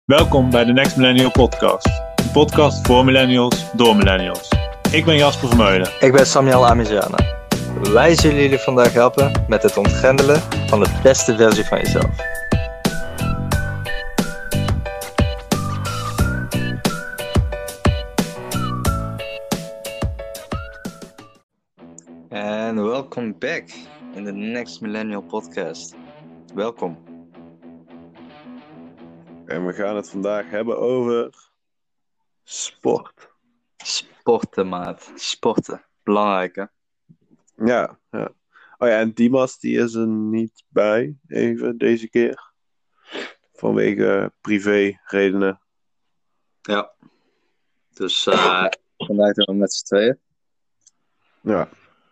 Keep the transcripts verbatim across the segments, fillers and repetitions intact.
Welkom bij de Next Millennial Podcast. Een podcast voor millennials, door millennials. Ik ben Jasper Vermeulen. Ik ben Samuel Amiziana. Wij zullen jullie vandaag helpen met het ontgrendelen van de beste versie van jezelf. En welcome back in the Next Millennial Podcast. Welkom. En we gaan het vandaag hebben over sport. Sporten, maat. Sporten. Belangrijk, hè? Ja, ja. Oh ja, en Dimas die is er niet bij, even deze keer. Vanwege privé redenen. Ja. Dus uh, vandaag doen we met z'n tweeën. Ja.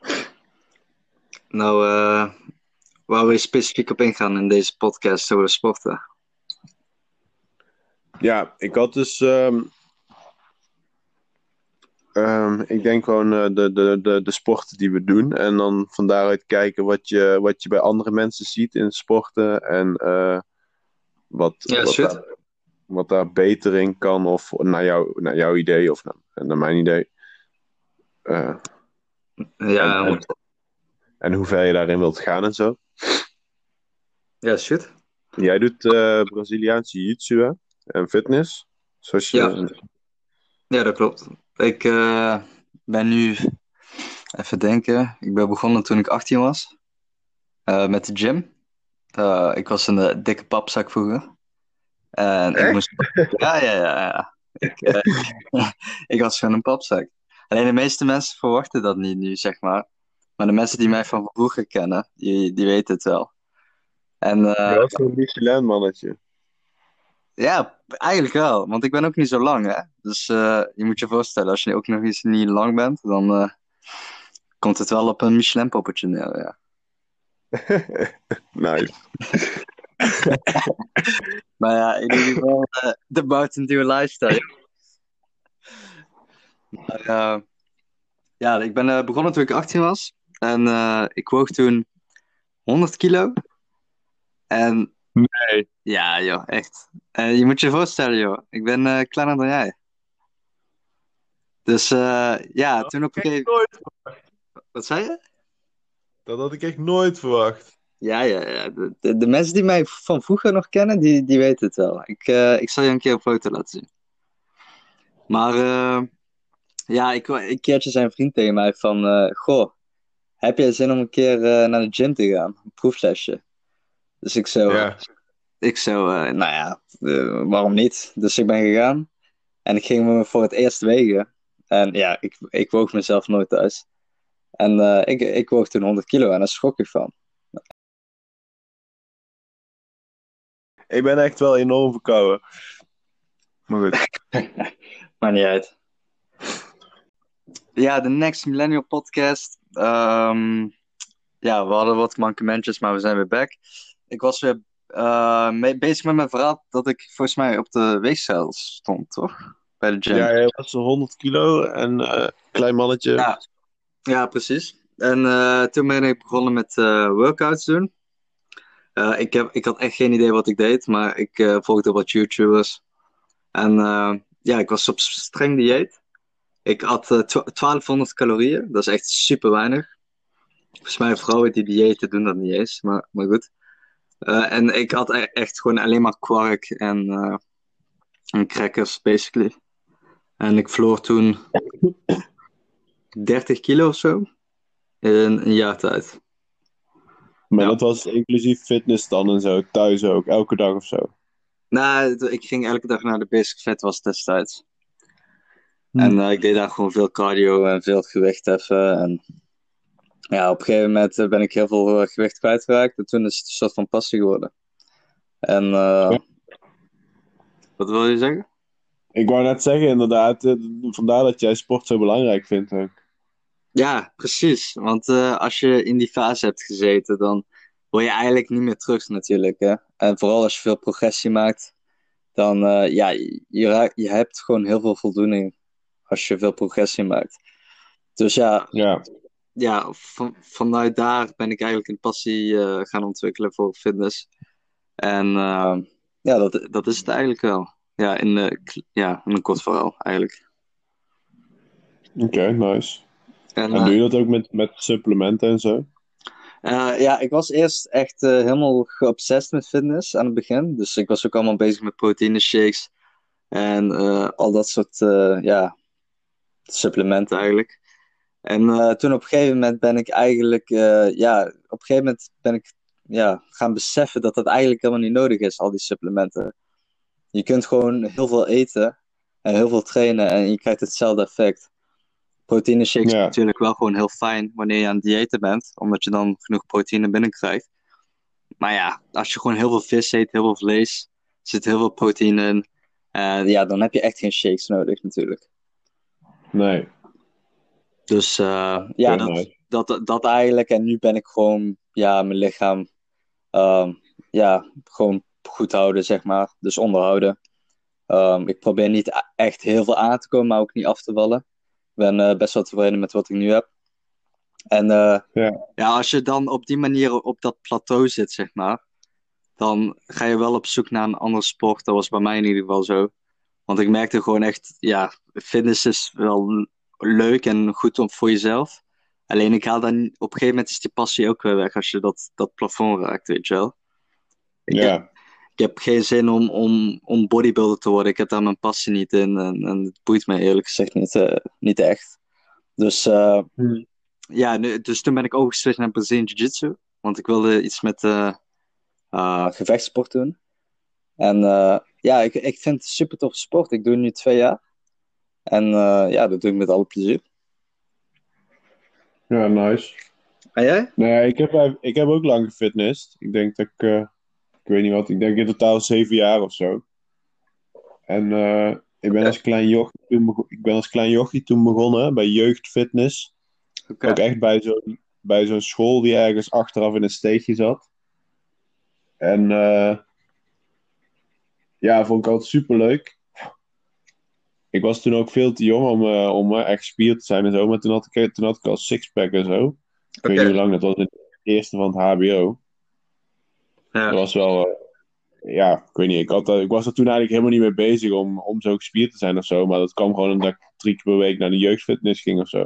Nou, uh, waar wil je specifiek op ingaan in deze podcast over sporten? Ja, ik had dus... Um, um, ik denk gewoon uh, de, de, de, de sporten die we doen. En dan van daaruit kijken wat je, wat je bij andere mensen ziet in sporten. En uh, wat, Ja, wat, daar, wat daar beter in kan. Of naar, jou, naar jouw idee of naar, naar mijn idee. Uh, ja, en, en, en hoe ver je daarin wilt gaan en zo. Ja, is goed. Jij doet uh, Braziliaanse jiu-jitsu, hè? En fitness. Zoals je... Ja. Ja, dat klopt. Ik uh, ben nu... Even denken. Ik ben begonnen toen ik achttien was. Uh, met de gym. Uh, ik was een uh, dikke papzak vroeger. En ik moest... Ja, ja, ja. ja. Ik, uh, ik was gewoon een papzak. Alleen de meeste mensen verwachten dat niet nu, zeg maar. Maar de mensen die mij van vroeger kennen, die, die weten het wel. En, uh, Je was zo'n Michelin-mannetje. Ja, eigenlijk wel. Want ik ben ook niet zo lang, hè. Dus uh, je moet je voorstellen, als je ook nog eens niet lang bent, dan uh, komt het wel op een Michelin-poppetje neer, ja. Nice. Maar ja, in ieder geval, uh, de Mountain Dew lifestyle. Maar, uh, ja, ik ben uh, begonnen toen ik achttien was. En uh, ik woog toen honderd kilo. En... Nee. Ja, joh, echt. Uh, je moet je voorstellen, joh. Ik ben uh, kleiner dan jij. Dus uh, ja, dat toen op een gegeven moment... Wat zei je? Dat had ik echt nooit verwacht. Ja, ja, ja. De, de, de mensen die mij van vroeger nog kennen, die, die weten het wel. Ik, uh, ik zal je een keer een foto laten zien. Maar uh, ja, ik, een keertje zei een vriend tegen mij van... Uh, goh, heb jij zin om een keer uh, naar de gym te gaan? Een proeflesje. Dus ik zo... Ja. Ik zo, uh, nou ja, uh, waarom niet? Dus ik ben gegaan. En ik ging me voor het eerst wegen. En ja, ik, ik woog mezelf nooit thuis. En uh, ik, ik woog toen honderd kilo en daar schrok ik van. Ik ben echt wel enorm verkouden. Maar goed. Maakt niet uit. Ja, de Next Millennial Podcast. Um, ja, we hadden wat mankementjes, maar we zijn weer back. Ik was weer uh, mee, bezig met mijn verhaal dat ik volgens mij op de weegschaal stond, toch? Bij de gym. Ja, jij was zo honderd kilo en uh, klein mannetje. Ja, ja precies. En uh, toen ben ik begonnen met uh, workouts doen. Uh, ik, heb, ik had echt geen idee wat ik deed, maar ik uh, volgde wat YouTubers. En uh, ja, ik was op streng dieet. Ik at uh, twaalfhonderd calorieën, dat is echt super weinig. Volgens mij vrouwen die diëten doen dat niet eens, maar, maar goed. Uh, en ik had e- echt gewoon alleen maar kwark en, uh, en crackers, basically. En ik verloor toen dertig kilo of zo in een jaar tijd. Maar Ja. dat was inclusief fitness dan en zo, thuis ook, elke dag of zo. Nou, ik ging elke dag naar de Basic Fit was destijds. Hm. En uh, ik deed daar gewoon veel cardio en veel gewicht heffen. En ja, op een gegeven moment uh, ben ik heel veel uh, gewicht kwijtgeraakt. En toen is het een soort van passie geworden. En uh, ja. Wat wil je zeggen? Ik wou net zeggen, inderdaad, uh, vandaar dat jij sport zo belangrijk vindt ook. Ja, precies. Want uh, als je in die fase hebt gezeten, dan wil je eigenlijk niet meer terug natuurlijk. Hè? En vooral als je veel progressie maakt, dan uh, ja, je, raakt, je hebt gewoon heel veel voldoening als je veel progressie maakt. Dus ja, Ja, ja van, vanuit daar ben ik eigenlijk een passie uh, gaan ontwikkelen voor fitness. En uh, ja, dat, dat is het eigenlijk wel. ja, in, de, ja, in een kort verhaal eigenlijk. Oké, okay, nice. En, En uh, doe je dat ook met, met supplementen en zo? Uh, ja, ik was eerst echt uh, helemaal geobsessed met fitness aan het begin. Dus ik was ook allemaal bezig met proteïne shakes en uh, al dat soort uh, ja, supplementen eigenlijk. En uh, toen op een gegeven moment ben ik eigenlijk, uh, ja, op een gegeven moment ben ik ja, gaan beseffen dat dat eigenlijk helemaal niet nodig is, al die supplementen. Je kunt gewoon heel veel eten en heel veel trainen en je krijgt hetzelfde effect. Proteïne shakes zijn Ja, natuurlijk wel gewoon heel fijn wanneer je aan het diëten bent, omdat je dan genoeg proteïne binnenkrijgt. Maar ja, als je gewoon heel veel vis eet, heel veel vlees, er zit heel veel proteïne in. Uh, ja, dan heb je echt geen shakes nodig natuurlijk. nee. Dus uh, ja, Oké, dat, nice. dat, dat eigenlijk. En nu ben ik gewoon, ja, mijn lichaam, um, ja, gewoon goed houden, zeg maar. Dus onderhouden. Um, ik probeer niet a- echt heel veel aan te komen, maar ook niet af te vallen. Ik ben uh, best wel tevreden met wat ik nu heb. En uh, Ja, ja, als je dan op die manier op dat plateau zit, zeg maar, dan ga je wel op zoek naar een andere sport. Dat was bij mij in ieder geval zo. Want ik merkte gewoon echt, ja, fitness is wel leuk en goed om voor jezelf. Alleen ik haal dan, op een gegeven moment is die passie ook weer weg als je dat, dat plafond raakt, weet je wel. Ik, heb- ja, ik heb geen zin om, om, om bodybuilder te worden. Ik heb daar mijn passie niet in en, en het boeit me eerlijk gezegd niet, eh, niet echt. Dus uh, Hm. ja, nu, dus toen ben ik overgeswitcht naar Brazilian Jiu-Jitsu. Want ik wilde iets met uh, uh, gevechtsport doen. En uh, ja, ik, ik vind het een super toffe sport. Ik doe het nu twee jaar. En uh, ja, dat doe ik met alle plezier. ja, nice. En jij? Nee, ik heb, ik heb ook lang gefitnessd. Ik denk dat ik, uh, ik weet niet wat, ik denk in totaal zeven jaar of zo. En uh, ik ben Oké, als klein jochie toen, bego- ik ben als klein jochie toen begonnen bij jeugdfitness. Ook oké. echt bij zo'n bij zo'n school die ergens achteraf in een steegje zat. En uh, ja, vond ik altijd super leuk. Ik was toen ook veel te jong om, uh, om uh, echt gespierd te zijn en zo. Maar toen had ik, toen had ik al sixpack en zo. Ik weet niet Oké. hoe lang, dat was in het eerste van het H B O. Dat Ja. was wel, uh, ja, ik weet niet. Ik, had, uh, ik was er toen eigenlijk helemaal niet mee bezig om, om zo gespierd te zijn of zo. Maar dat kwam gewoon omdat ik drie keer per week naar de jeugdfitness ging of zo.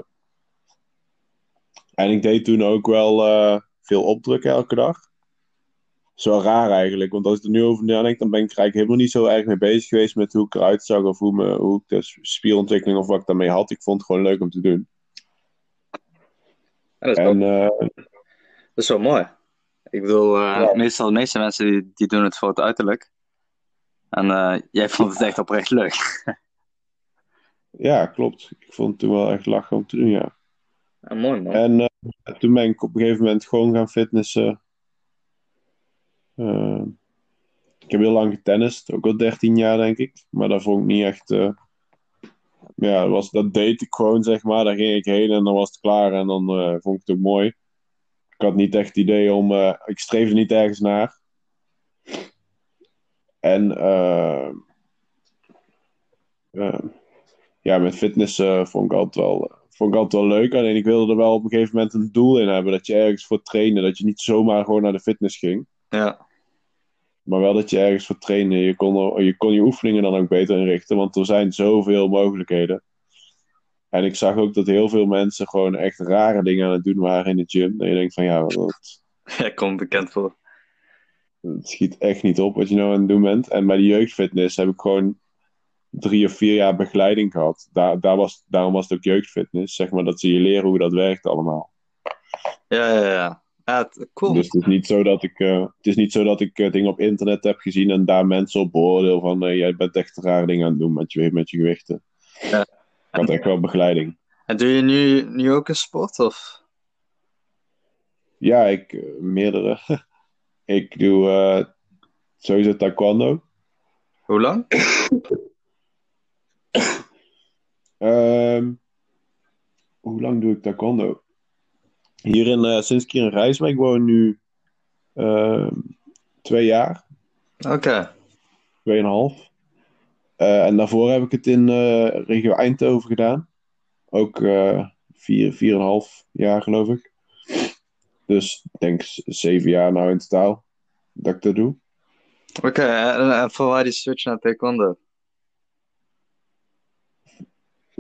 En ik deed toen ook wel uh, veel opdrukken elke dag. Dat is wel raar eigenlijk, want als ik er nu over nadenk, dan ben ik er eigenlijk helemaal niet zo erg mee bezig geweest met hoe ik eruit zag of hoe, me, hoe ik de spierontwikkeling of wat ik daarmee had. Ik vond het gewoon leuk om te doen. Ja, dat is wel, En uh, dat is wel mooi. Ik bedoel, uh, ja, meestal de meeste mensen die, die doen het voor het uiterlijk. En uh, jij vond het echt oprecht leuk. ja, klopt. Ik vond het toen wel echt lachen om te doen, ja. Ja, mooi man. En uh, toen ben ik op een gegeven moment gewoon gaan fitnessen. Uh, ik heb heel lang getennist, ook al dertien jaar denk ik. Maar dat vond ik niet echt... Uh, ja, dat, was, dat deed ik gewoon, zeg maar. Daar ging ik heen en dan was het klaar en dan uh, vond ik het ook mooi. Ik had niet echt het idee om... Uh, ik streefde niet ergens naar. En uh, uh, ja, met fitness uh, vond ik altijd wel... Uh, vond ik altijd wel leuk. Alleen ik wilde er wel op een gegeven moment een doel in hebben. Dat je ergens voor trainde. Dat je niet zomaar gewoon naar de fitness ging. Ja. Maar wel dat je ergens voor trainde. Je kon, je kon je oefeningen dan ook beter inrichten. Want er zijn zoveel mogelijkheden. En ik zag ook dat heel veel mensen gewoon echt rare dingen aan het doen waren in de gym. Dat je denkt van ja, dat, Ja, komt bekend voor. dat schiet echt niet op wat je nou aan het doen bent. En bij de jeugdfitness heb ik gewoon drie of vier jaar begeleiding gehad. Daar, daar was, daarom was het ook jeugdfitness. Zeg maar dat ze je leren hoe dat werkt allemaal. Ja, ja, ja. Ja, het- cool. Dus het is niet zo dat ik, uh, het is niet zo dat ik uh, dingen op internet heb gezien en daar mensen op beoordeel van uh, jij bent echt rare dingen aan het doen met je, met je gewichten. Ja. Ik had En, echt wel begeleiding. en doe je nu, nu ook een sport? Of? Ja, ik uh, meerdere. Ik doe uh, sowieso taekwondo. Hoe lang? Um, hoe lang doe ik taekwondo? Hier in, uh, sinds ik hier in Rijswijk woon nu uh, twee jaar, Oké. Okay. tweeënhalf. Uh, en daarvoor heb ik het in uh, regio Eindhoven gedaan. Ook uh, vier, vier en een half jaar geloof ik. Dus ik denk zeven jaar nou in totaal dat ik dat doe. Oké, okay, en, en voor waar die switch naar taekwondo?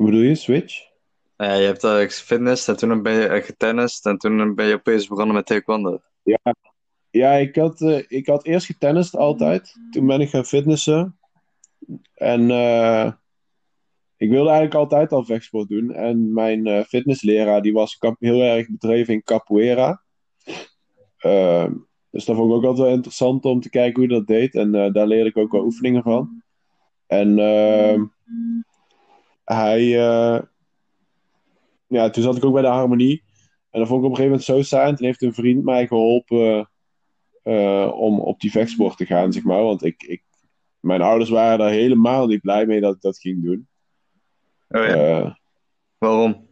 Hoe bedoel je, Switch? Ja, je hebt uh, gefitnessd en toen ben je uh, getennist en toen ben je opeens begonnen met taekwondo. Ja, ja ik, had, eh, ik had eerst getennist altijd. Toen ben ik gaan fitnessen. En eh, ik wilde eigenlijk altijd al vechtsport doen. En mijn eh, fitnessleraar die was kap- heel erg bedreven in capoeira. Eh, dus dat vond ik ook altijd wel interessant om te kijken hoe hij dat deed. En eh, daar leerde ik ook wel oefeningen van. En eh, hij... eh, ja, toen zat ik ook bij de harmonie. En dat vond ik op een gegeven moment zo saai. En toen heeft een vriend mij geholpen eh, om op die vechtsport te gaan, zeg maar. Want ik, ik, mijn ouders waren daar helemaal niet blij mee dat ik dat ging doen. Oh ja, Eh, waarom?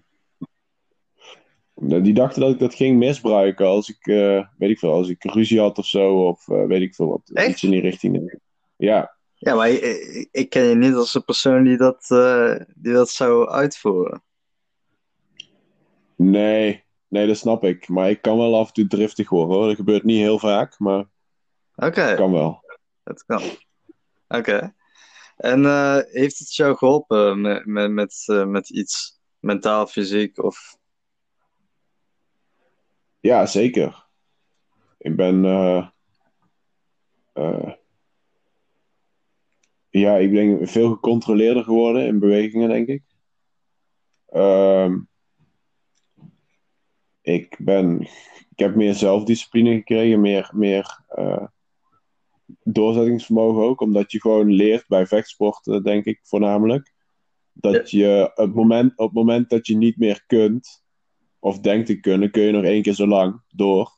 die dachten dat ik dat ging misbruiken als ik, eh, weet ik veel, als ik ruzie had of zo. Of eh, weet ik veel wat. Echt? Iets in die richting. Ja, Ja, maar ik, ik, ik ken je niet als een persoon die dat, eh, die dat zou uitvoeren. nee. Nee, dat snap ik. Maar ik kan wel af en toe driftig worden, hoor. Dat gebeurt niet heel vaak, maar Oké, kan wel. dat kan. Oké. En eh, heeft het jou geholpen met, met, met, eh, met iets mentaal, fysiek of... Ja, zeker. Ik ben... eh, eh, ja, ik ben veel gecontroleerder geworden in bewegingen, denk ik. Ehm, ik ben... Ik heb meer zelfdiscipline gekregen, meer, meer eh, doorzettingsvermogen ook, omdat je gewoon leert bij vechtsporten, denk ik voornamelijk, Ja, dat je op het moment, op het moment dat je niet meer kunt, of denkt te kunnen, kun je nog één keer zo lang door.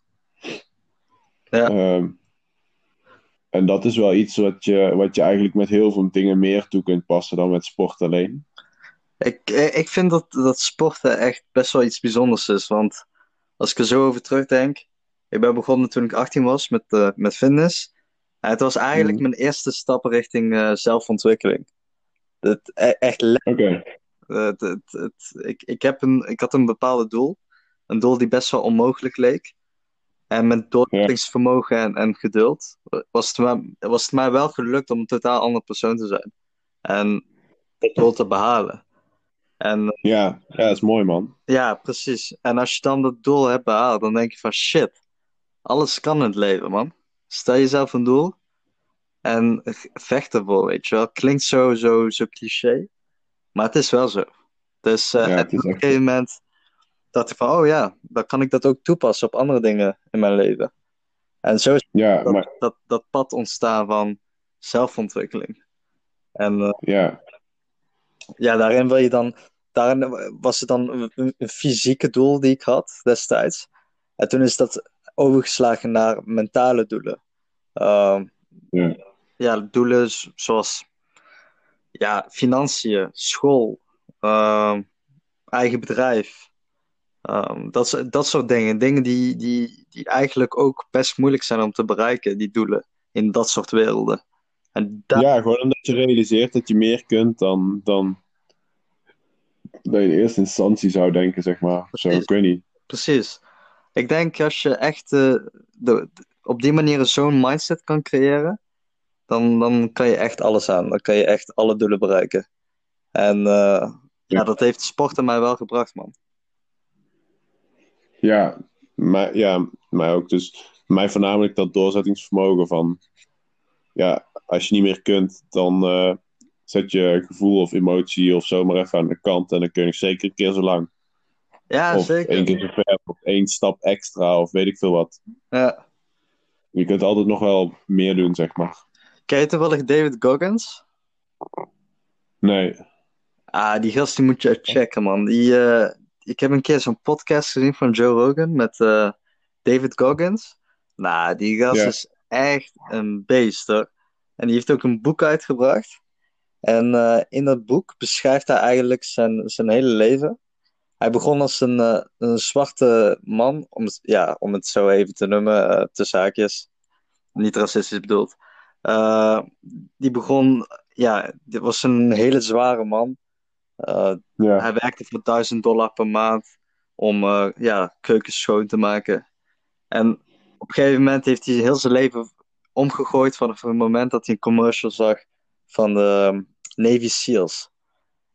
ja. Ehm, en dat is wel iets wat je, wat je eigenlijk met heel veel dingen meer toe kunt passen dan met sport alleen. Ik, eh, ik vind dat, dat sporten echt best wel iets bijzonders is. Want als ik er zo over terugdenk. Ik ben begonnen toen ik achttien was met, eh, met fitness. En het was eigenlijk Mhm. mijn eerste stap richting eh, zelfontwikkeling. Het, e- echt le- Oké, eh, het, het, het- ik, ik, heb een, ik had een bepaald doel. Een doel die best wel onmogelijk leek. En met ja, doorzettingsvermogen en, en geduld was het, mij, was het mij wel gelukt om een totaal andere persoon te zijn. En dat doel te behalen. En ja, ja, dat is mooi, man. ja, precies. En als je dan dat doel hebt behaald, dan denk je van shit, alles kan in het leven, man. Stel jezelf een doel en vecht ervoor, weet je wel. Klinkt zo, zo, zo cliché, maar het is wel zo. Dus eh, Ja, en het is op een echt. gegeven moment dacht ik van, oh ja, dan kan ik dat ook toepassen op andere dingen in mijn leven. En zo is Ja, dat, maar dat, dat pad ontstaan van zelfontwikkeling. En eh, ja, ja, daarin wil je dan, daarin was het dan een, een, een fysieke doel die ik had destijds. En toen is dat overgeslagen naar mentale doelen. Ehm, ja, ja, doelen z- zoals ja, financiën, school, ehm, eigen bedrijf. Ehm, dat, so- dat soort dingen. Dingen die, die, die eigenlijk ook best moeilijk zijn om te bereiken, die doelen in dat soort werelden. En daar, ja, gewoon omdat je realiseert dat je meer kunt dan, dan dat je in eerste instantie zou denken, zeg maar. Zo, precies, ik weet niet. precies. Ik denk als je echt eh, de, de- op die manier zo'n mindset kan creëren, dan, dan kan je echt alles aan. Dan kan je echt alle doelen bereiken. En eh, ja, dat heeft sporten mij wel gebracht, man. Ja, maar, ja, mij ook. Dus mij voornamelijk dat doorzettingsvermogen van, ja, als je niet meer kunt, dan eh, zet je gevoel of emotie of zo maar even aan de kant en dan kun je zeker een keer zo lang. Ja, Of één zeker. keer zo ver, of één stap extra, of weet ik veel wat. Ja. Je kunt altijd nog wel meer doen, zeg maar. Ken je toevallig David Goggins? Nee. Ah, die gast die moet je checken, man. Die, eh, ik heb een keer zo'n podcast gezien van Joe Rogan met eh, David Goggins. Nou, die gast Ja, is echt een beest, hoor. En die heeft ook een boek uitgebracht. En eh, in dat boek beschrijft hij eigenlijk zijn, zijn hele leven. Hij begon als een, eh, een zwarte man, om het, ja, om het zo even te noemen, eh tussen haakjes. Niet racistisch bedoeld. Eh, die begon, ja, dit was een hele zware man. Eh, ja, hij werkte voor duizend dollar per maand om eh, ja, keukens schoon te maken. En op een gegeven moment heeft hij heel zijn leven omgegooid vanaf het moment dat hij een commercial zag van de ehm, Navy SEALs.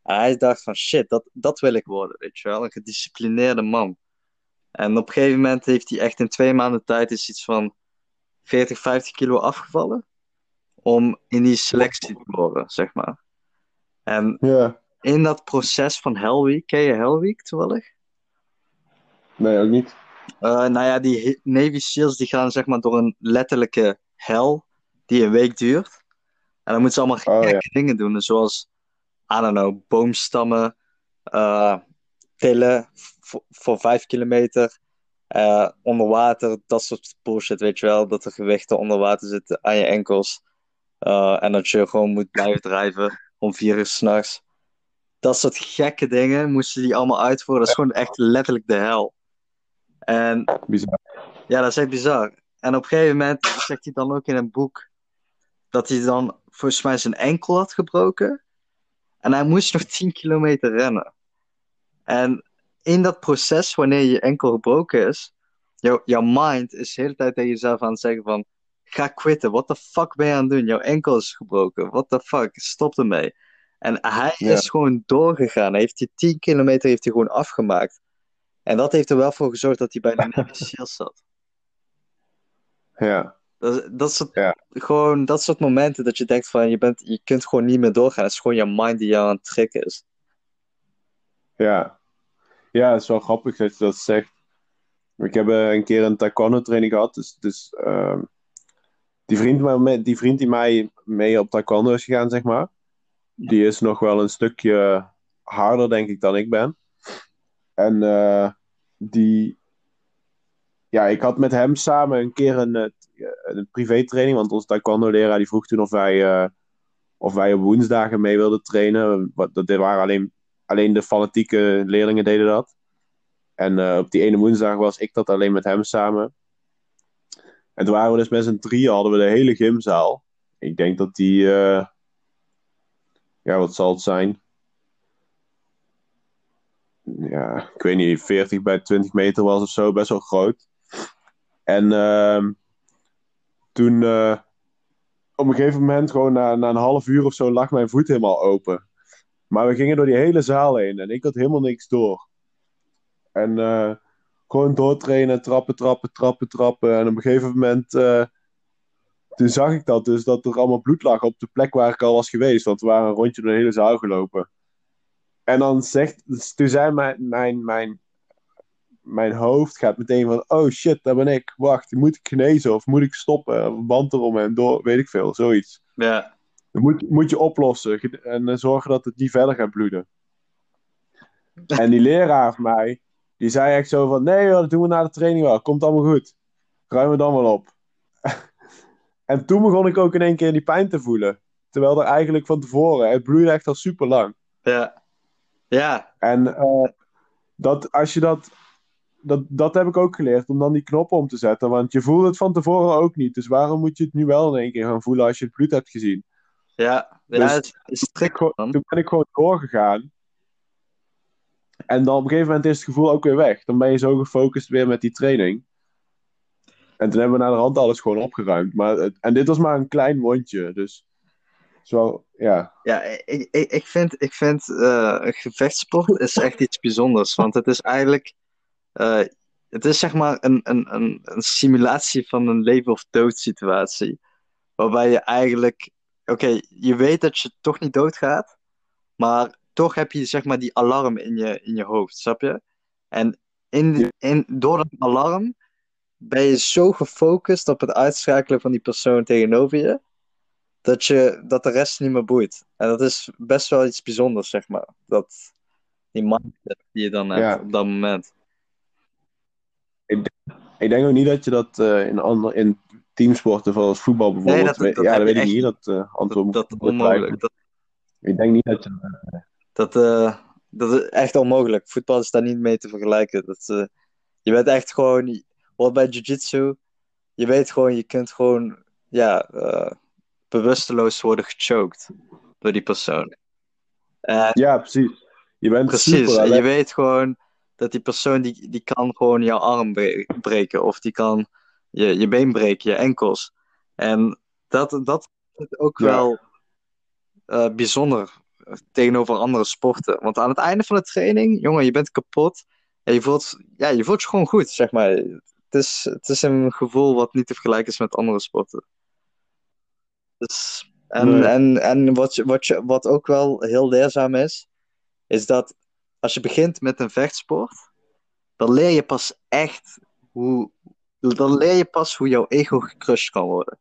En hij dacht van shit, dat, dat wil ik worden, weet je wel. Een gedisciplineerde man. En op een gegeven moment heeft hij echt in twee maanden tijd is iets van veertig, vijftig kilo afgevallen. Om in die selectie te horen, zeg maar. En Ja. in dat proces van Hell Week, ken je Hell Week toevallig? Nee, ook niet. Uh, nou ja, die Navy SEALs die gaan zeg maar door een letterlijke hel die een week duurt. En dan moeten ze allemaal Oh, gekke ja. dingen doen. Zoals, I don't know, boomstammen, uh, tillen v- voor vijf kilometer, uh, onder water, dat soort bullshit, weet je wel. Dat er gewichten onder water zitten aan je enkels. Uh, en dat je gewoon moet blijven drijven om vier uur 's nachts. Dat soort gekke dingen moesten die allemaal uitvoeren. Dat is gewoon echt letterlijk de hel. En Bizar. ja, dat is echt bizar. En op een gegeven moment zegt hij dan ook in een boek dat hij dan volgens mij zijn enkel had gebroken. En hij moest nog tien kilometer rennen. En in dat proces, wanneer je enkel gebroken is, jou, jouw mind is de hele tijd tegen jezelf aan het zeggen van, ga quitten, what the fuck ben je aan het doen? Jouw enkel is gebroken, what the fuck, stop ermee. En hij Ja. is gewoon doorgegaan. Hij heeft die tien kilometer heeft hij gewoon afgemaakt. En dat heeft er wel voor gezorgd dat hij bij de Navy SEALs zat. Ja. Dat, dat, soort, Ja. gewoon, dat soort momenten dat je denkt van, je, bent, je kunt gewoon niet meer doorgaan. Het is gewoon je mind die jou aan het trekken is. Ja. Ja, het is wel grappig dat je dat zegt. Ik heb uh, een keer een taekwondo training gehad. Dus, dus uh, die, vriend, maar, die vriend die mij mee op taekwondo is gegaan, zeg maar. Die is nog wel een stukje harder, denk ik, dan ik ben. En uh, die... Ja, ik had met hem samen een keer een, een privé-training. Want onze taekwondo-leraar die vroeg toen of wij, uh, of wij op woensdagen mee wilden trainen. Dat waren alleen, alleen de fanatieke leerlingen deden dat. En uh, op die ene woensdag was ik dat alleen met hem samen. En toen waren we dus met z'n drieën, hadden we de hele gymzaal. Ik denk dat die... Uh, ja, wat zal het zijn? Ja, ik weet niet, veertig bij twintig meter was of zo, best wel groot. En uh, toen, uh, op een gegeven moment, gewoon na, na een half uur of zo, lag mijn voet helemaal open. Maar we gingen door die hele zaal heen en ik had helemaal niks door. En uh, gewoon doortrainen, trappen, trappen, trappen, trappen. En op een gegeven moment, uh, toen zag ik dat dus, dat er allemaal bloed lag op de plek waar ik al was geweest. Want we waren een rondje door de hele zaal gelopen. En dan zegt, dus toen zei mijn, mijn, mijn, mijn hoofd gaat meteen van, oh shit, daar ben ik. Wacht, moet ik genezen of moet ik stoppen? Een band erom en door, weet ik veel, zoiets. Ja. Dan moet, moet je oplossen en uh, zorgen dat het niet verder gaat bloeden. En die leraar van mij, die zei echt zo van, nee joh, dat doen we na de training wel. Komt allemaal goed. Ruim we dan wel op. En toen begon ik ook in één keer die pijn te voelen. Terwijl er eigenlijk van tevoren, het bloeide echt al super lang. Ja. Ja. En uh, dat, als je dat, dat, dat heb ik ook geleerd, om dan die knoppen om te zetten. Want je voelt het van tevoren ook niet. Dus waarom moet je het nu wel in één keer gaan voelen als je het bloed hebt gezien? Ja, ja dus het is toen, ik, toen ben ik gewoon doorgegaan. En dan op een gegeven moment is het gevoel ook weer weg. Dan ben je zo gefocust weer met die training. En toen hebben we naar de rand alles gewoon opgeruimd. Maar het, en dit was maar een klein wondje. Dus zo, ja. Ja, ik, ik, ik vind, ik vind uh, een gevechtssport is echt iets bijzonders. Want het is eigenlijk... Uh, het is zeg maar een, een, een, een simulatie van een leven of dood situatie. Waarbij je eigenlijk... Oké, okay, je weet dat je toch niet doodgaat. Maar toch heb je zeg maar die alarm in je, in je hoofd, snap je? En in, in, door dat alarm ben je zo gefocust op het uitschakelen van die persoon tegenover je, dat, je, dat de rest niet meer boeit. En dat is best wel iets bijzonders, zeg maar. Dat, die mindset die je dan hebt ja. op dat moment. Ik denk, ik denk ook niet dat je dat uh, in, ander, in teamsporten zoals voetbal bijvoorbeeld... Nee, dat, dat ja, dat weet ik echt, niet. Dat, uh, dat, dat onmogelijk. Dat, ik denk niet dat je... Uh, dat, uh, dat is echt onmogelijk. Voetbal is daar niet mee te vergelijken. Dat, uh, je bent echt gewoon... Wat bij jiu-jitsu... Je weet gewoon, je kunt gewoon... Ja... Uh, bewusteloos worden gechoked door die persoon. En ja, precies. Je bent precies. Super en je weet gewoon dat die persoon die, die kan gewoon jouw arm breken of die kan je, je been breken, je enkels. En dat, dat is ook ja. wel uh, bijzonder tegenover andere sporten. Want aan het einde van de training, jongen, je bent kapot. En je voelt, ja, je voelt je gewoon goed, zeg maar. Het is, het is een gevoel wat niet te vergelijken is met andere sporten. Dus, en Nee. en, en wat, je, wat, je, wat ook wel heel leerzaam is, is dat als je begint met een vechtsport, dan leer je pas echt hoe, dan leer je pas hoe jouw ego gecrushed kan worden.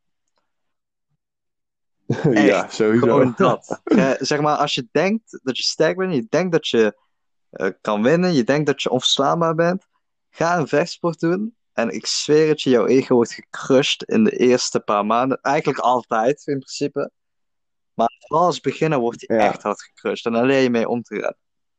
Ja, Echt, sowieso. gewoon dat. Je- zeg maar, als je denkt dat je sterk bent, je denkt dat je eh, kan winnen, je denkt dat je onverslaanbaar bent, ga een vechtsport doen. En ik zweer het je, jouw ego wordt gecrushed in de eerste paar maanden. Eigenlijk altijd, in principe. Maar vooral als beginner wordt hij Ja. echt hard gecrushed. En dan leer je mee om te gaan.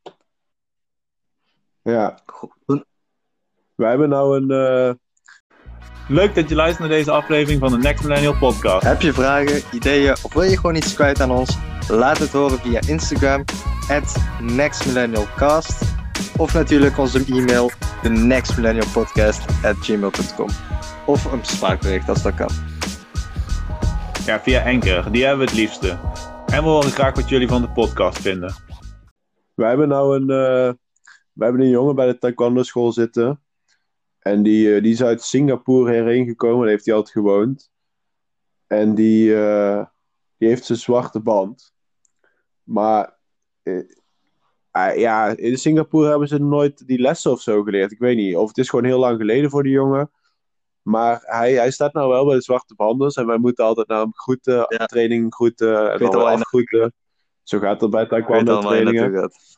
Ja. Goed. Wij hebben nou een... eh, Leuk dat je luistert naar deze aflevering van de Next Millennial Podcast. Heb je vragen, ideeën of wil je gewoon iets kwijt aan ons? Laat het horen via Instagram, at nextmillennialcast. Of natuurlijk onze e-mail, de nextmillennialpodcast at gmail dot com. Of een spraakbericht als dat kan. Ja, via Anchor. Die hebben we het liefste. En we horen graag wat jullie van de podcast vinden. wij hebben nou een... eh, we hebben een jongen bij de taekwondo school zitten. En die, eh, die is uit Singapore hierheen gekomen. Daar heeft hij altijd gewoond. En die, eh, die heeft zijn zwarte band. Maar... eh, ah, ja, in Singapore hebben ze nooit die lessen of zo geleerd. Ik weet niet. Of het is gewoon heel lang geleden voor die jongen. Maar hij, hij staat nou wel bij de zwarte banders. En wij moeten altijd naar hem groeten. Ja. Training groeten. En weet dan al waar je afgroeten. Zo gaat dat bij Ik weet taekwondo al waar je trainingen. naartoe gaat.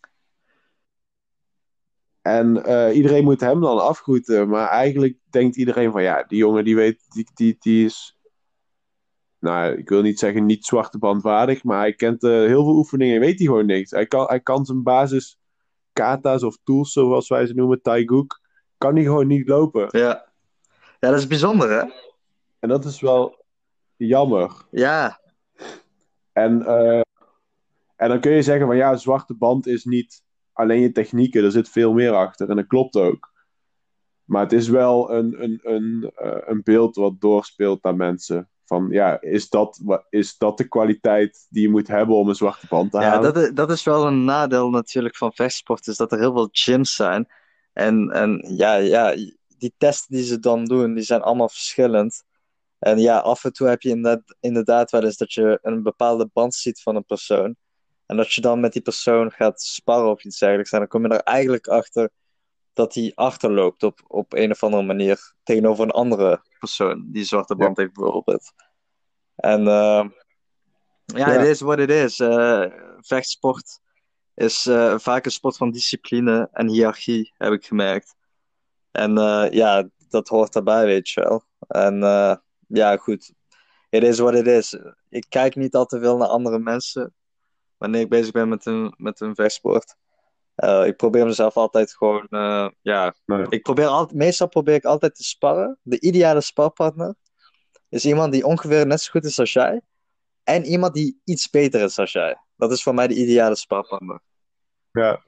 En eh, iedereen moet hem dan afgroeten. Maar eigenlijk denkt iedereen van ja, die jongen die weet, die, die, die is... Nou, ik wil niet zeggen niet zwarte bandwaardig. Maar hij kent eh, heel veel oefeningen. Weet hij gewoon niks. Hij kan, hij kan zijn basis kata's of tools, zoals wij ze noemen, taiguk, kan hij gewoon niet lopen. Ja. Ja, dat is bijzonder, hè? En dat is wel jammer. Ja. En, eh, en dan kun je zeggen van ja, een zwarte band is niet alleen je technieken. Er zit veel meer achter. En dat klopt ook. Maar het is wel een, een, een, uh, een beeld wat doorspeelt naar mensen. Van ja, is dat, wa- is dat de kwaliteit die je moet hebben om een zwarte band te Ja, halen? dat is, dat is wel een nadeel natuurlijk van vechtsport, is dat er heel veel gyms zijn. En, en ja, ja, die testen die ze dan doen, die zijn allemaal verschillend. En ja, af en toe heb je inderdaad, inderdaad wel eens dat je een bepaalde band ziet van een persoon. En dat je dan met die persoon gaat sparren of iets dergelijks. En dan kom je er eigenlijk achter dat hij achterloopt op, op een of andere manier tegenover een andere persoon die een zwarte band heeft bijvoorbeeld. En uh, ja, Ja. it is what it is. Uh, vechtsport is uh, vaak een sport van discipline en hiërarchie, heb ik gemerkt. En uh, ja, dat hoort daarbij, weet je wel. En uh, ja, goed. It is what it is. Ik kijk niet al te veel naar andere mensen wanneer ik bezig ben met een, met een vechtsport. Uh, ik probeer mezelf altijd gewoon, uh, ja, Nee. ik probeer altijd, meestal probeer ik altijd te sparren. De ideale sparpartner is iemand die ongeveer net zo goed is als jij. En iemand die iets beter is als jij. Dat is voor mij de ideale sparpartner. Ja.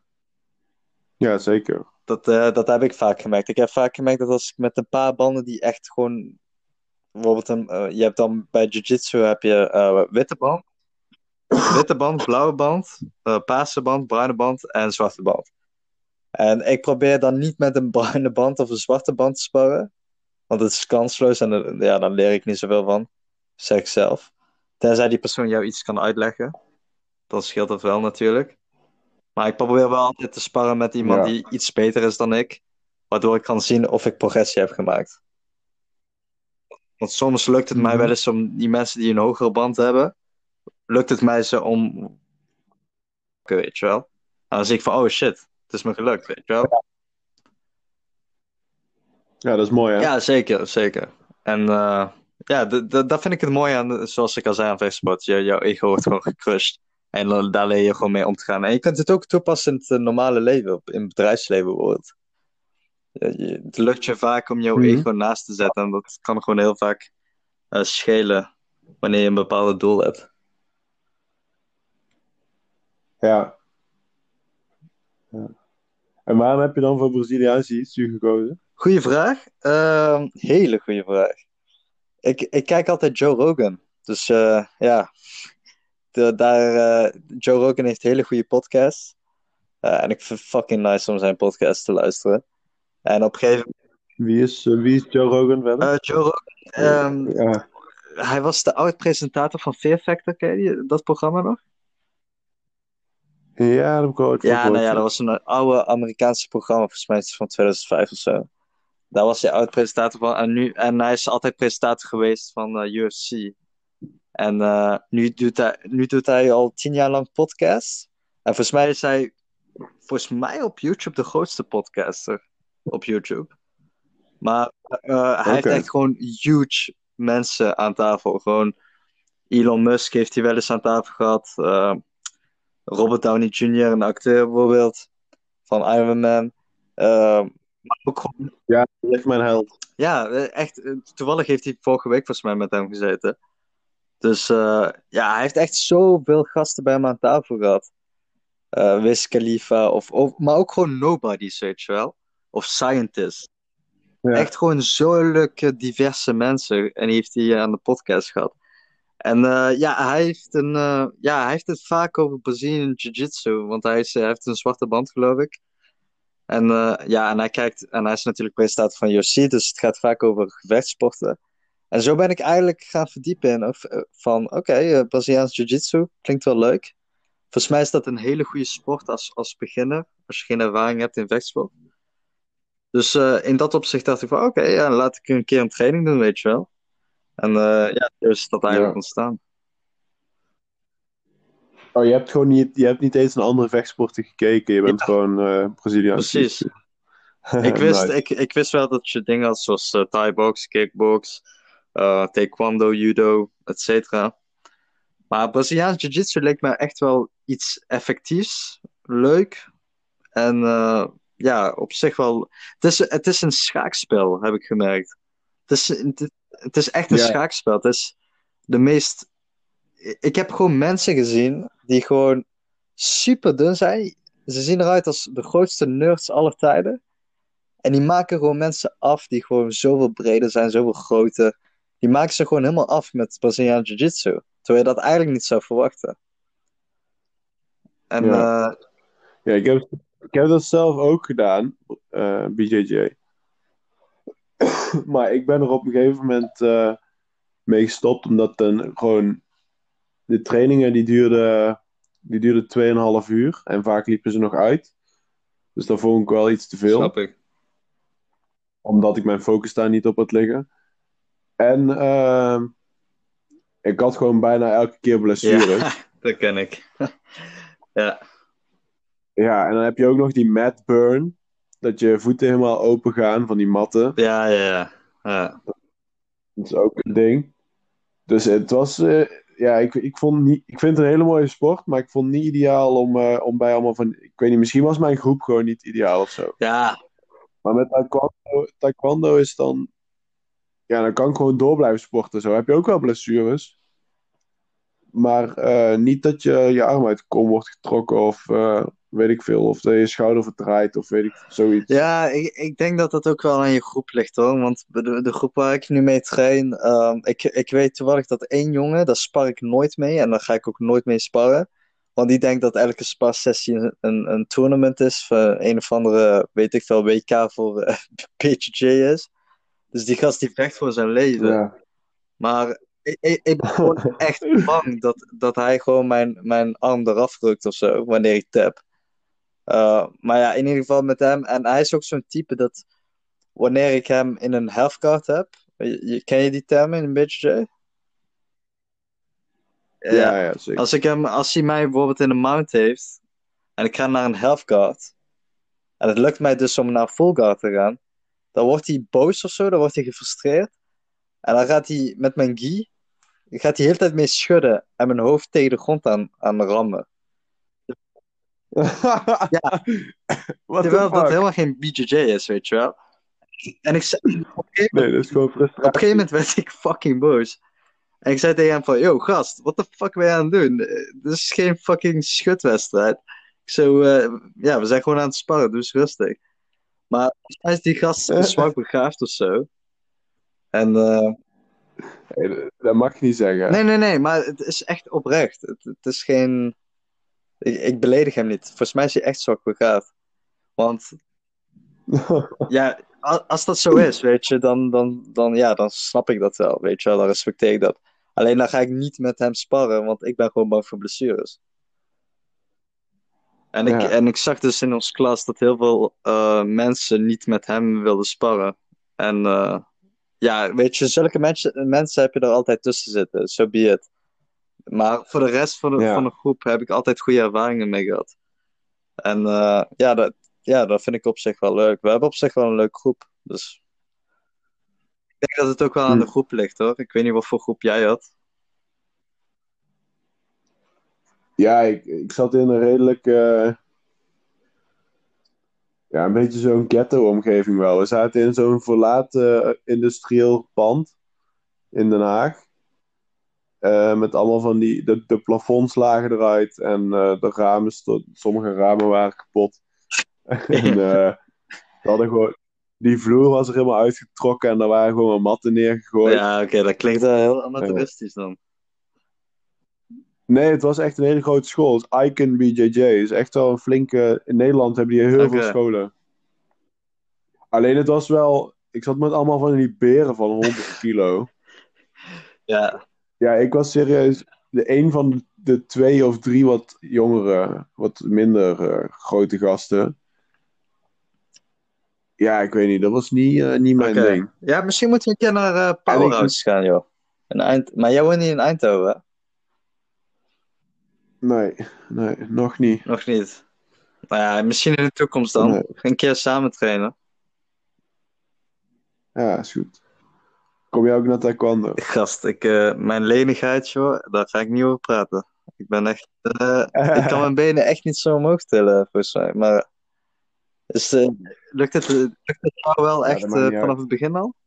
Ja, zeker. Dat, uh, dat heb ik vaak gemerkt. Ik heb vaak gemerkt dat als ik met een paar banden die echt gewoon... Bijvoorbeeld, een, uh, je hebt dan bij jiu-jitsu heb je uh, witte band. Witte band, blauwe band, uh, paarse band, bruine band en zwarte band. En ik probeer dan niet met een bruine band of een zwarte band te sparren. Want het is kansloos en uh, ja, daar leer ik niet zoveel van. Zeg ik zelf. Tenzij die persoon jou iets kan uitleggen. Dan scheelt dat wel natuurlijk. Maar ik probeer wel altijd te sparren met iemand Ja. die iets beter is dan ik. Waardoor ik kan zien of ik progressie heb gemaakt. Want soms lukt het Mhm. mij wel eens om die mensen die een hogere band hebben. Lukt het mij ze om... Weet je wel. En dan zie ik van, oh shit, het is me gelukt, weet je wel. Ja, dat is mooi, hè? Ja, zeker, zeker. En uh, ja, d- d- dat vind ik het mooie aan, zoals ik al zei aan vechtsport. Je, jouw ego wordt gewoon gecrushed. En uh, daar leer je gewoon mee om te gaan. En je kunt het ook toepassen in het uh, normale leven, op- in het bedrijfsleven bijvoorbeeld. Je, je, het lukt je vaak om jouw Mhm. ego naast te zetten. En dat kan gewoon heel vaak uh, schelen wanneer je een bepaald doel hebt. Ja. Ja. En waarom heb je dan voor Braziliaanse jiu-jitsu gekozen? Goeie vraag. Uh, hele goede vraag. Ik, ik kijk altijd Joe Rogan. Dus uh, ja, de, daar, uh, Joe Rogan heeft hele goede podcasts. Uh, en ik vind het fucking nice om zijn podcast te luisteren. En op een gegeven moment... Wie is, uh, wie is Joe Rogan verder? Uh, Joe Rogan, um, ja. Hij was de oud-presentator van Fear Factor, ken je dat programma nog? Ja, dat heb ik ooit Ja, nou ja, dat was een oude Amerikaanse programma, volgens mij is het van tweeduizend vijf of zo. Daar was hij oud-presentator van. En, nu, en hij is altijd presentator geweest van uh, U F C. En uh, nu, doet hij, nu doet hij al tien jaar lang podcasts. En volgens mij is hij volgens mij op YouTube de grootste podcaster op YouTube. Maar uh, hij okay. heeft echt gewoon huge mensen aan tafel. Gewoon Elon Musk heeft hij wel eens aan tafel gehad. Uh, Robert Downey junior, een acteur bijvoorbeeld. Van Iron Man. Uh, maar ook gewoon... Ja, dat is mijn held. Ja, echt. Toevallig heeft hij vorige week volgens mij met hem gezeten. Dus uh, ja, hij heeft echt zoveel gasten bij hem aan tafel gehad. Uh, Wiz Khalifa, of, of, maar ook gewoon nobodies, weet je wel. Of scientists. Ja. Echt gewoon zulke diverse mensen. En die heeft hij aan de podcast gehad. En uh, ja, hij heeft, een, uh, ja, hij heeft het vaak over Brazilian Jiu-Jitsu. Want hij, is, hij heeft een zwarte band, geloof ik. En uh, ja, en hij kijkt, en hij is natuurlijk presentator van U F C, dus het gaat vaak over gevechtssporten. En zo ben ik eigenlijk gaan verdiepen in of, uh, van, oké, okay, uh, Braziliaans Jiu-Jitsu klinkt wel leuk. Volgens mij is dat een hele goede sport als, als beginner, als je geen ervaring hebt in vechtsport. Dus uh, in dat opzicht dacht ik van, oké, okay, ja, laat ik een keer een training doen, weet je wel. En uh, ja, dus is dat eigenlijk ja. ontstaan. Oh, je hebt gewoon niet, je hebt niet eens een andere vechtsporten gekeken, je bent ja. gewoon uh, Braziliaans. Precies. ik, wist, nice. ik, ik wist wel dat je dingen had zoals uh, Thai-box, kickbox, uh, taekwondo, judo, et cetera. Maar Braziliaans jiu-jitsu leek me echt wel iets effectiefs, leuk. En uh, ja, op zich wel... Het is, het is een schaakspel, heb ik gemerkt. Het is, het, het is echt een yeah. schaakspel. Het is de meest... Ik heb gewoon mensen gezien die gewoon super dun zijn. Ze zien eruit als de grootste nerds aller tijden. En die maken gewoon mensen af die gewoon zoveel breder zijn, zoveel groter. Die maken ze gewoon helemaal af met Braziliaans jiu-jitsu. Terwijl je dat eigenlijk niet zou verwachten. En ja, uh, ja ik, heb, ik heb dat zelf ook gedaan, uh, B J J. Maar ik ben er op een gegeven moment uh, mee gestopt, omdat dan gewoon de trainingen die duurden, die duurden twee en een half uur. En vaak liepen ze nog uit. Dus dat vond ik wel iets te veel. Snap ik. Omdat ik mijn focus daar niet op had liggen. En uh, ik had gewoon bijna elke keer blessures. Ja, dat ken ik. ja. Ja, en dan heb je ook nog die mat burn. Dat je voeten helemaal open gaan van die matten. Ja, ja, ja. ja. Dat is ook een ding. Dus het was... Uh, ja, ik, ik, vond niet, ik vind het een hele mooie sport. Maar ik vond het niet ideaal om, uh, om bij allemaal van... Ik weet niet, misschien was mijn groep gewoon niet ideaal of zo. Ja. Maar met taekwondo, taekwondo is dan... Ja, dan kan ik gewoon door blijven sporten. Zo heb je ook wel blessures. Maar uh, niet dat je je arm uit de kom wordt getrokken of uh, weet ik veel. Of dat je schouder verdraait of weet ik zoiets. Ja, ik, ik denk dat dat ook wel aan je groep ligt hoor. Want de, de groep waar ik nu mee train, uh, ik, ik weet toevallig dat één jongen, daar spar ik nooit mee. En daar ga ik ook nooit mee sparren. Want die denkt dat elke sparsessie een, een, een tournament is. Voor een of andere, weet ik veel, W K voor uh, P J J is. Dus die gast die vecht voor zijn leven. Ja. Maar ik, ik, ik ben gewoon echt bang dat, dat hij gewoon mijn, mijn arm eraf rukt of zo, wanneer ik tap. Uh, maar ja, in ieder geval met hem. En hij is ook zo'n type dat wanneer ik hem in een halfguard heb. Je, je, ken je die termen in een beetje, Jay? Ja, ja, ja, zeker. Als, ik hem, als hij mij bijvoorbeeld in een mount heeft en ik ga naar een halfguard en het lukt mij dus om naar full guard te gaan, dan wordt hij boos of zo, dan wordt hij gefrustreerd. En dan gaat hij met mijn gi, gaat hij de hele tijd mee schudden en mijn hoofd tegen de grond aan, aan rammen. ja. Terwijl dat helemaal geen B J J is, weet je wel. En ik zei, op een nee, dat is gewoon frustratie. Op een gegeven moment werd ik fucking boos. En ik zei tegen hem van, yo gast, wat de fuck ben je aan het doen? Dit is geen fucking schutwedstrijd. Ik zo, uh, ja, we zijn gewoon aan het sparren, dus rustig. Maar volgens mij is die gast zwak begaafd of zo. En uh, Nee, dat mag je niet zeggen. Nee, nee, nee, maar het is echt oprecht. Het, het is geen... Ik, ik beledig hem niet. Volgens mij is hij echt zwak begaafd. Want ja, a- als dat zo is, weet je, dan, dan, dan, ja, dan snap ik dat wel, weet je wel, dan respecteer ik dat. Alleen dan ga ik niet met hem sparren, want ik ben gewoon bang voor blessures. En ik, Ja, en ik zag dus in ons klas dat heel veel eh, mensen niet met hem wilden sparren. En eh, ja, weet je, zulke mensen, mensen heb je er altijd tussen zitten, so be it. Maar voor de rest van de, van de ja. groep heb ik altijd goede ervaringen mee gehad. En eh, ja, dat, ja, dat vind ik op zich wel leuk. We hebben op zich wel een leuke groep. Dus ik denk dat het ook wel aan de Hm. groep ligt hoor. Ik weet niet wat voor groep jij had. Ja, ik, ik zat in een redelijk, eh, ja, een beetje zo'n ghetto-omgeving wel. We zaten in zo'n verlaten eh, industrieel pand in Den Haag. Eh, met allemaal van die, de, de plafonds lagen eruit en eh, de ramen, sto- sommige ramen waren kapot. En eh, we hadden gewoon, die vloer was er helemaal uitgetrokken en er waren gewoon matten neergegooid. Ja, oké, dat klinkt wel heel Eh, amateuristisch dan. nee, het was echt een hele grote school. Het is Icon B J J. Is echt wel een flinke. In Nederland hebben die heel veel Oké, scholen. Alleen het was wel. Ik zat met allemaal van die beren van honderd kilo. ja, Ja, ik was serieus de een van de twee of drie wat jongere, wat minder eh, grote gasten. Ja, ik weet niet. Dat was niet, eh, niet mijn oké. ding. Ja, misschien moeten we een keer naar eh, En ik. Powerhouse gaan, joh. In Eind... Maar jij woont niet in Eindhoven, hè? Nee, nee, nog niet. Nog niet. Nou ja, misschien in de toekomst dan. Nee. Een keer samen trainen. Ja, is goed. Kom je ook naar taekwondo? Gast, ik, eh, mijn lenigheid, joh, daar ga ik niet over praten. Ik ben echt... eh, ik kan mijn benen echt niet zo omhoog tillen, volgens mij. Maar is, eh, lukt het, lukt het jou wel Ja, dat echt maakt eh, niet vanaf uit. het begin al?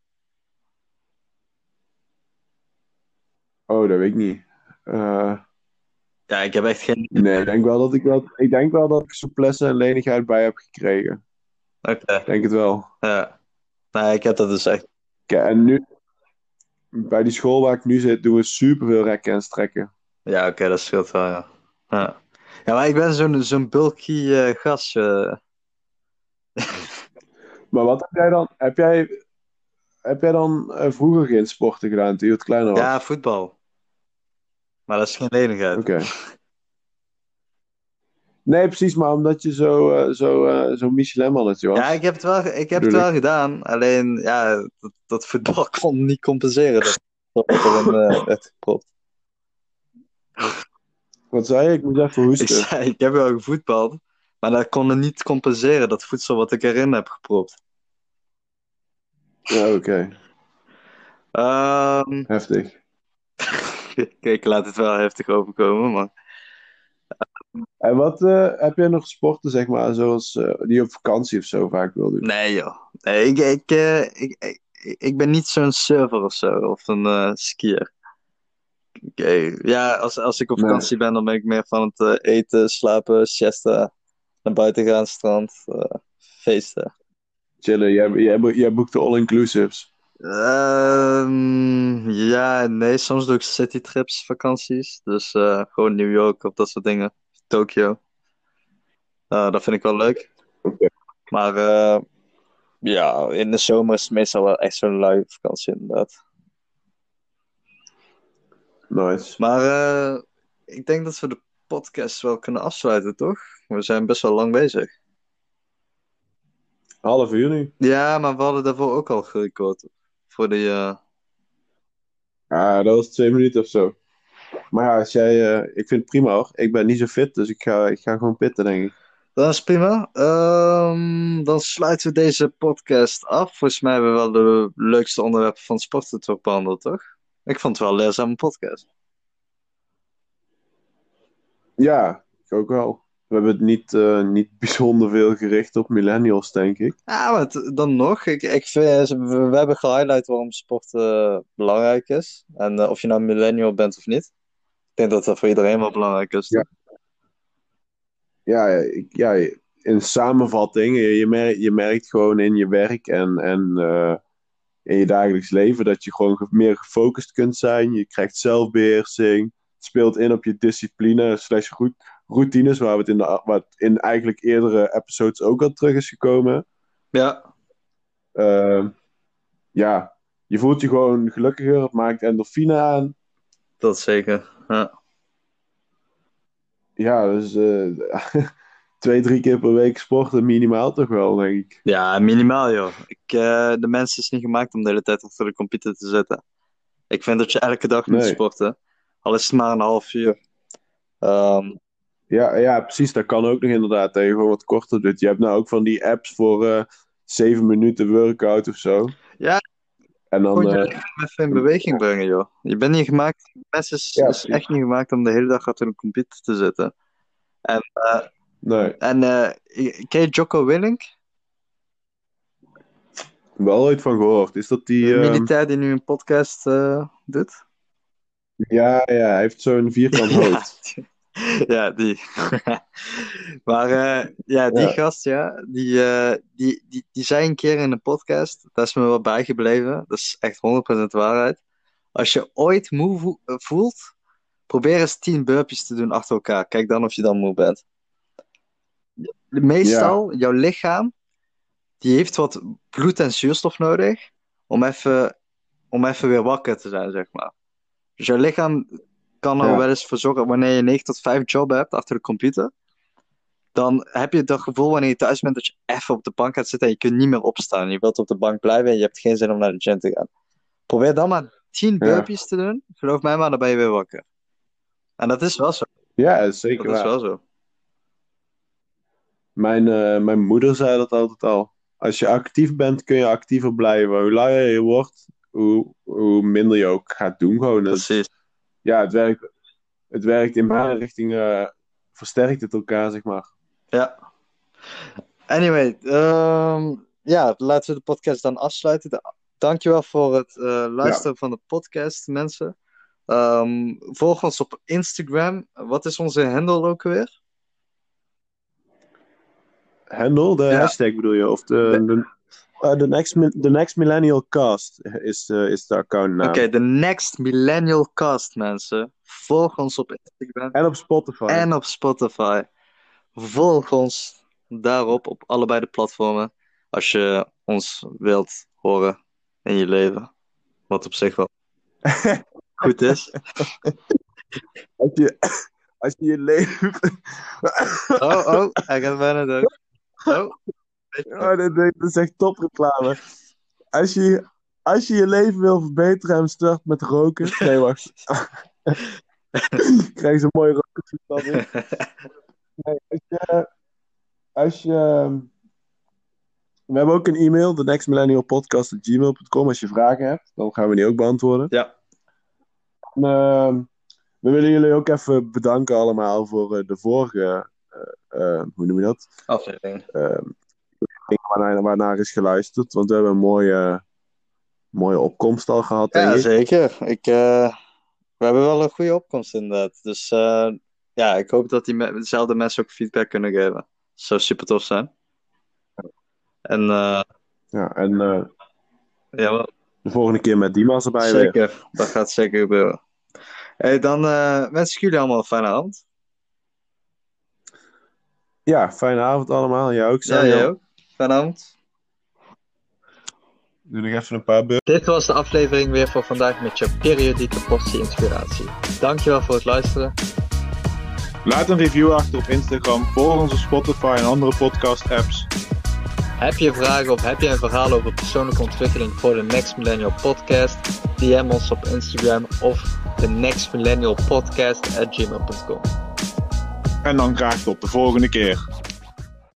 Oh, dat weet ik niet. Eh, Ja, ik heb echt geen... nee, ik denk wel dat ik dat. Ik denk wel dat ik souplesse en lenigheid bij heb gekregen. Oké, Ik denk het wel. ja. Nee, ik heb dat dus echt... Kijk, en nu, bij die school waar ik nu zit, doen we superveel rekken en strekken. Ja, oké, dat scheelt wel, ja. Ja, ja maar ik ben zo'n zo'n bulky eh, gast. eh. Maar wat heb jij dan? Heb jij, heb jij dan eh, vroeger geen sporten gedaan toen je wat kleiner Ja, was? voetbal. Maar dat is geen lenigheid. Oké. Nee, precies, maar omdat je zo, eh, zo, eh, zo'n Michelin-mannetje Ja, ik was, heb het wel, ik heb het bedoel wel ik. gedaan. Alleen, ja, dat, dat voetbal kon niet compenseren. Dat dat wat erin eh, werd gepropt. Wat zei je? Ik moet even Ik hoesten. zei, ik heb wel gevoetbald. Maar dat kon er niet compenseren, dat voedsel wat ik erin heb gepropt. Ja, oké. Ehm, Heftig. ik, ik laat het wel heftig overkomen, maar... En wat eh, heb jij nog sporten, zeg maar, zoals eh, die je op vakantie of zo vaak wil doen? Nee, joh. Nee, ik, ik, eh, ik, ik, ik ben niet zo'n surfer of zo, of een eh, skier. Oké, ja, als, als ik op Nee, vakantie ben, dan ben ik meer van het eh, eten, slapen, siesta, naar buiten gaan, strand, eh, feesten. chillen. Jij, jij, bo- jij boekt de all-inclusives. Ehm, ja, nee, soms doe ik citytrips, vakanties. Dus eh, gewoon New York of dat soort dingen. Tokio. Eh, dat vind ik wel leuk. Oké, Maar eh, ja, in de zomer is het meestal wel echt zo'n lui vakantie, inderdaad. nice. Maar eh, ik denk dat we de podcast wel kunnen afsluiten, toch? We zijn best wel lang bezig. Half uur nu. Ja, maar we hadden daarvoor ook al gerecord. Voor de. eh, Ah, dat was twee minuten of zo. Maar ja, als jij, eh, ik vind het prima hoor. Ik ben niet zo fit, dus ik ga, ik ga gewoon pitten, denk ik. Dat is prima. Ehm, dan sluiten we deze podcast af. Volgens mij hebben we wel de leukste onderwerpen van sporten toch behandeld, toch? Ik vond het wel een leerzame podcast. Ja, ik ook wel. We hebben het niet, eh, niet bijzonder veel gericht op millennials, denk ik. Ja, maar het- dan nog. Ik, ik vind, we, we hebben gehighlight waarom sport eh, belangrijk is. En eh, of je nou millennial bent of niet. Ik denk dat dat voor iedereen wel belangrijk is, Ja, toch? ja, ik, ja in samenvatting, je, je, merkt, je merkt gewoon in je werk en, en eh, in je dagelijks leven. Dat je gewoon ge- meer gefocust kunt zijn. Je krijgt zelfbeheersing. Het speelt in op je discipline slash rout- routines, waar het in, de, waar het in eigenlijk eerdere episodes ook al terug is gekomen. Ja, Ehm, ja, je voelt je gewoon gelukkiger. Het maakt endorfine aan. dat zeker. Ja. Ja, dus eh, twee, drie keer per week sporten minimaal toch wel, denk ik. Ja, minimaal joh. Ik, eh, de mens is niet gemaakt om de hele tijd achter de computer te zitten. Ik vind dat je elke dag moet Nee. sporten. Al is het maar een half uur. Ehm, Ja, ja, precies. Dat kan ook nog inderdaad. Dat je gewoon wat korter doet. Je hebt nou ook van die apps voor eh zeven minuten workout of zo. Ja. En dan, Gewoon je eh, lichaam even in beweging brengen, joh. Je bent niet gemaakt, de mens is, Ja, is precies. echt niet gemaakt om de hele dag achter een computer te zitten. En, eh, nee, en eh, ken je Jocko Willink? wel ooit van gehoord. Is dat die... De ehm, militair die nu een podcast eh, doet? Ja, ja, hij heeft zo'n vierkant hoofd. Ja, die. Maar eh, ja, die Ja. gast, ja, die, eh, die, die, die zei een keer in een podcast, dat is me wel bijgebleven, dat is echt honderd procent waarheid. Als je ooit moe vo- eh, voelt, probeer eens tien burpees te doen achter elkaar. Kijk dan of je dan moe bent. Meestal, jouw lichaam, die heeft wat bloed en zuurstof nodig om even, om even weer wakker te zijn, zeg maar. Dus jouw lichaam kan er Ja. wel eens voor zorgen, wanneer je negen tot vijf job hebt achter de computer, dan heb je dat gevoel wanneer je thuis bent dat je even op de bank gaat zitten en je kunt niet meer opstaan. Je wilt op de bank blijven en je hebt geen zin om naar de gym te gaan. Probeer dan maar tien burpees te doen. Geloof mij maar, dan ben je weer wakker. En dat is wel zo. Ja, dat is zeker Dat is waar. wel zo. Mijn, eh, mijn moeder zei dat altijd al. Als je actief bent, kun je actiever blijven. Hoe langer je wordt, hoe, hoe minder je ook gaat doen. Gewoon. Het- Precies. ja, het werkt, het werkt in beide richtingen. Versterkt het elkaar, zeg maar. Ja. Anyway, ehm, ja, laten we de podcast dan afsluiten. Da- Dankjewel voor het eh, luisteren van de podcast, mensen. Ehm, volg ons op Instagram. Wat is onze handle ook weer? Handle, de Ja. hashtag bedoel je? Of de, de, eh, de next, mi- the next Millennial Cast is, eh, is de accountnaam. Oké, de Next Millennial Cast, mensen. Volg ons op Instagram En op Spotify. en op Spotify. Volg ons daarop op allebei de platformen. Als je ons wilt horen in je leven. Wat op zich wel goed is. Als je, als je je leven... Oh, oh, hij gaat bijna dood. Oh, Oh, dit, dit is echt topreclame. Als je, als je je leven wil verbeteren en start met roken... Nee, wacht. Krijg je zo'n mooie rokertoestand in. Nee, als je... Als je we hebben ook een e-mail, the next millennial podcast at gmail dot com. Als je vragen hebt, dan gaan we die ook beantwoorden. ja. En, ehm, we willen jullie ook even bedanken allemaal voor eh, de vorige... eh, eh, hoe noem je dat? Aflevering. Ehm, waarnaar, waarnaar is geluisterd. Want we hebben een mooie, mooie opkomst al gehad, denk Ja, ik. zeker. Ik, eh, we hebben wel een goede opkomst inderdaad. Dus eh, ja, ik hoop dat die me- dezelfde mensen ook feedback kunnen geven. Dat zou super tof zijn. En eh, Ja, en eh, ja, wel, de volgende keer met Dimas erbij weer. zeker. Dat gaat zeker gebeuren. Hey, dan eh, wens ik jullie allemaal een fijne avond. Ja, fijne avond allemaal. Jij ook, Ja, Samuel. jij ook. Fijne avond. Doe nog even een paar beurten. Dit was de aflevering weer voor vandaag met je periodieke portie inspiratie. Dankjewel voor het luisteren. Laat een review achter op Instagram, volg onze Spotify en andere podcast apps. Heb je vragen of heb je een verhaal over persoonlijke ontwikkeling voor de Next Millennial Podcast? D M ons op Instagram of de Next Millennial Podcast at gmail dot com. En dan graag tot de volgende keer.